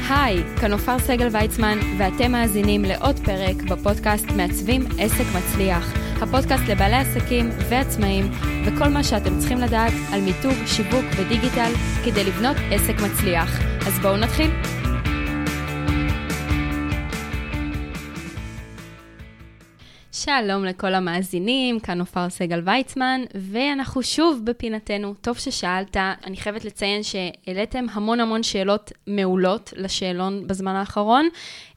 היי, כאן נופר סגל ויצמן, ואתם מאזינים לעוד פרק בפודקאסט מעצבים עסק מצליח. הפודקאסט לבעלי עסקים ועצמאים, וכל מה שאתם צריכים לדעת על מיתוג, שיווק ודיגיטל כדי לבנות עסק מצליח. אז בואו נתחיל. שלום לכל המאזינים, כאן נופר סגל ויצמן, ואנחנו שוב בפינתנו. טוב ששאלת, אני חייבת לציין שהעליתם המון שאלות מעולות לשאלון בזמן האחרון,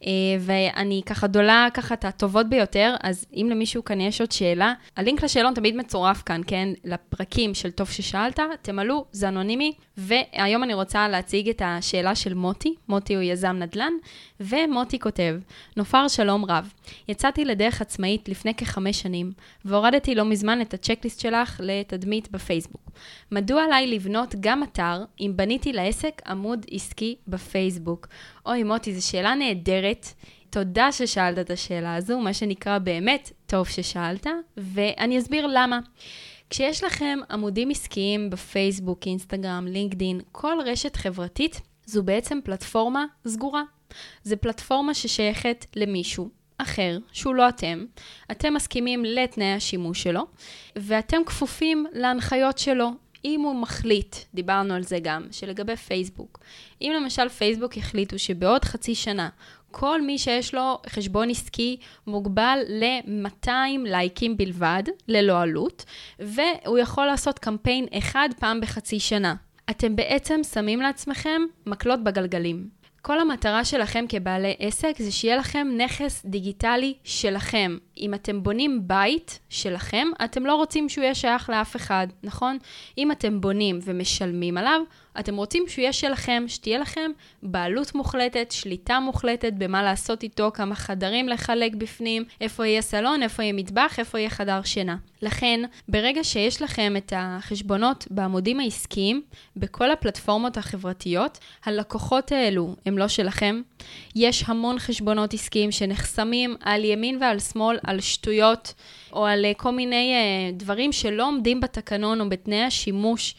ואני ככה דולה ככה את הטובות ביותר, אז אם למישהו כאן יש עוד שאלה, הלינק לשאלון תמיד מצורף כאן, כן? לפרקים של טוב ששאלת, תמלאו, זה אנונימי, והיום אני רוצה להציג את השאלה של מוטי. מוטי הוא יזם נדל"ן, ומוטי כותב, נופר שלום רב, יצאתי לדרך עצמאית לפני כ5 שנים, והורדתי לא מזמן את הצ'קליסט שלך לתדמית בפייסבוק. מדוע עליי לבנות גם אתר אם בניתי לעסק עמוד עסקי בפייסבוק? אוי מוטי, זו שאלה נהדרת. תודה ששאלת את השאלה הזו, מה שנקרא באמת טוב ששאלת, ואני אסביר למה. כשיש לכם עמודים עסקיים בפייסבוק, אינסטגרם, לינקדין, כל רשת חברתית, זו בעצם פלטפורמה סגורה. זו פלטפורמה ששייכת למישהו אחר, שהוא לא אתם. אתם מסכימים לתנאי השימוש שלו, ואתם כפופים להנחיות שלו. אם הוא מחליט, דיברנו על זה גם, שלגבי פייסבוק, אם למשל פייסבוק החליטו שבעוד חצי שנה, כל מי שיש לו חשבון עסקי מוגבל ל-200 לייקים בלבד, ללא עלות, והוא יכול לעשות קמפיין אחד פעם בחצי שנה. אתם בעצם שמים לעצמכם מקלות בגלגלים. כל המטרה שלכם כבעלי עסק זה שיהיה לכם נכס דיגיטלי שלכם. אם אתם בונים בית שלכם, אתם לא רוצים שהוא יהיה שייך לאף אחד, נכון? אם אתם בונים ומשלמים עליו, אתם רוצים שהוא יהיה שלכם, שתהיה לכם בעלות מוחלטת, שליטה מוחלטת במה לעשות איתו, כמה חדרים לחלק בפנים, איפה יהיה סלון, איפה יהיה מטבח, איפה יהיה חדר שינה. לכן, ברגע שיש לכם את החשבונות בעמודים העסקיים, בכל הפלטפורמות החברתיות, הלקוחות האלו הם לא שלכם. יש המון חשבונות עסקיים שנחסמים על ימין ועל שמאל, על שטויות, או על כל מיני דברים שלא עומדים בתקנון או בתנאי השימוש,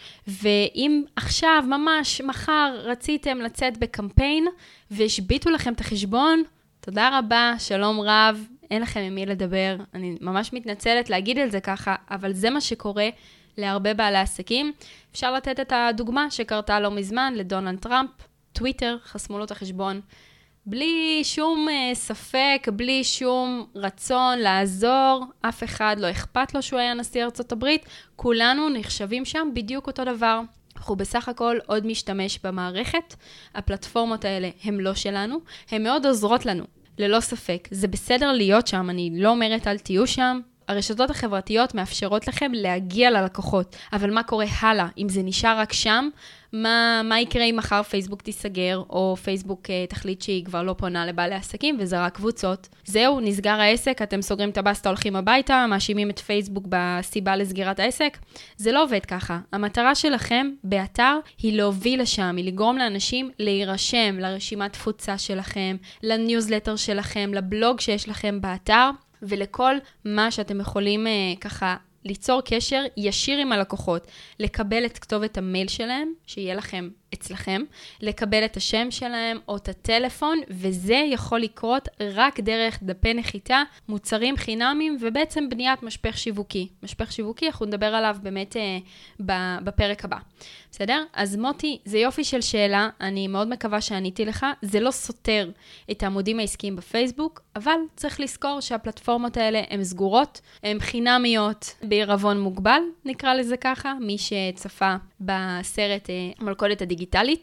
ואם עכשיו, ממש מחר, רציתם לצאת בקמפיין, והשביטו לכם את החשבון, תודה רבה, שלום רב, אין לכם עם מי לדבר, אני ממש מתנצלת להגיד על זה ככה, אבל זה מה שקורה להרבה בעלי עסקים. אפשר לתת את הדוגמה שקרתה לא מזמן לדונלד טראמפ, טוויטר, חסמו לו את החשבון, בלי שום ספק, בלי שום רצון לעזור, אף אחד לא אכפת לו שהוא היה נשיא ארצות הברית, כולנו נחשבים שם בדיוק אותו דבר. אנחנו בסך הכל עוד משתמש במערכת, הפלטפורמות האלה הם לא שלנו, הן מאוד עוזרות לנו, ללא ספק. זה בסדר להיות שם, אני לא אומרת אל תהיו שם, הרשתות החברתיות מאפשרות לכם להגיע ללקוחות, אבל מה קורה הלאה? אם זה נשאר רק שם, מה יקרה אם מחר פייסבוק תיסגר, או פייסבוק תחליט שהיא כבר לא פונה לבעלי עסקים, וזה רק קבוצות. זהו, נסגר העסק, אתם סוגרים את הבסטה, הולכים הביתה, מאשימים את פייסבוק בסיבה לסגירת העסק. זה לא עובד ככה. המטרה שלכם באתר היא להוביל לשם, היא לגרום לאנשים להירשם לרשימת תפוצה שלכם, לניוזלטר שלכם, לבלוג שיש לכם באתר, ולכל מה שאתם יכולים ככה ליצור קשר ישיר עם הלקוחות, לקבל את כתובת המייל שלהם, שיהיה לכם אצלכם, לקבל את השם שלהם או את הטלפון, וזה יכול לקרות רק דרך דפי נחיתה, מוצרים חינמיים, ובעצם בניית משפך שיווקי. משפך שיווקי, אנחנו נדבר עליו באמת בפרק הבא. בסדר? אז מוטי, זה יופי של שאלה, אני מאוד מקווה שעניתי לך, זה לא סותר את העמודים העסקיים בפייסבוק, אבל צריך לזכור שהפלטפורמות האלה הן סגורות, הן חינמיות בעירבון מוגבל, נקרא לזה ככה, מי שצפה בסרט מלכודת הדיגיטלית.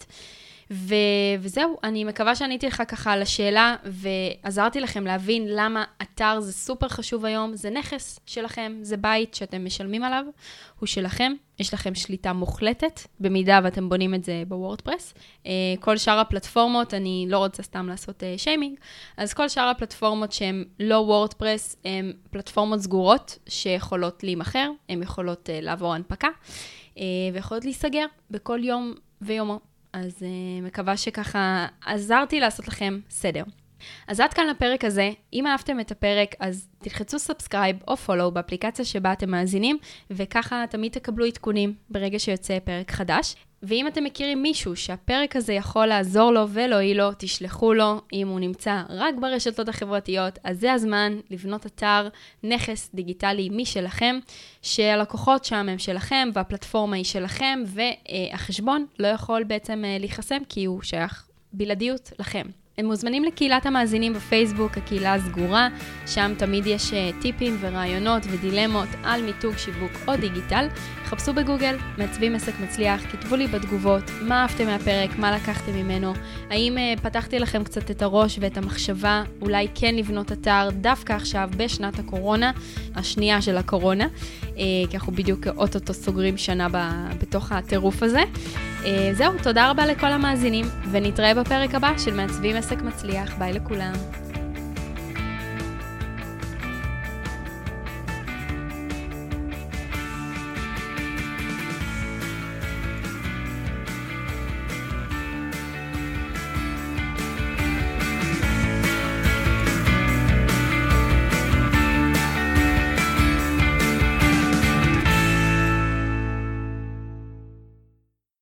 וזהו, אני מקווה שעניתי לך ככה על השאלה, ועזרתי לכם להבין למה אתר זה סופר חשוב היום, זה נכס שלכם, זה בית שאתם משלמים עליו, הוא שלכם, יש לכם שליטה מוחלטת, במידה ואתם בונים את זה בוורדפרס. כל שאר הפלטפורמות, אני לא רוצה סתם לעשות שיימינג, אז כל שאר הפלטפורמות שהן לא וורדפרס, הן פלטפורמות סגורות שיכולות להימכר, הן יכולות לעבור הנפקה, ויכולות להיסגר בכל יום ויומו. אז מקווה שככה עזרתי לעשות לכם סדר. אז עד כאן לפרק הזה. אם אהבתם את הפרק, אז תלחצו סאבסקרייב או פולו באפליקציה שבה אתם מאזינים, וככה תמיד תקבלו עדכונים ברגע שיוצא פרק חדש. ואם אתם מכירים מישהו שהפרק הזה יכול לעזור לו ולהועיל לו, תשלחו לו. אם הוא נמצא רק ברשתות החברתיות, אז זה הזמן לבנות אתר, נכס דיגיטלי משלכם, שהלקוחות שם הם שלכם, והפלטפורמה היא שלכם, והחשבון לא יכול בעצם להיחסם, כי הוא שייך בלעדיות לכם. הם מוזמנים לקהילת המאזינים בפייסבוק, הקהילה הסגורה, שם תמיד יש טיפים ורעיונות ודילמות על מיתוג, שיווק או דיגיטל. חפשו בגוגל, מעצבים עסק מצליח, כתבו לי בתגובות, מה אהבתם מהפרק, מה לקחתם ממנו, האם פתחתי לכם קצת את הראש ואת המחשבה, אולי כן לבנות אתר דווקא עכשיו בשנת הקורונה, השנייה של הקורונה, כי אנחנו בדיוק אוטוטו סוגרים שנה בתוך הטירוף הזה. זהו, תודה רבה לכל המאזינים, ונתראה בפרק הבא של מעצבים עסק מצליח. ביי לכולם.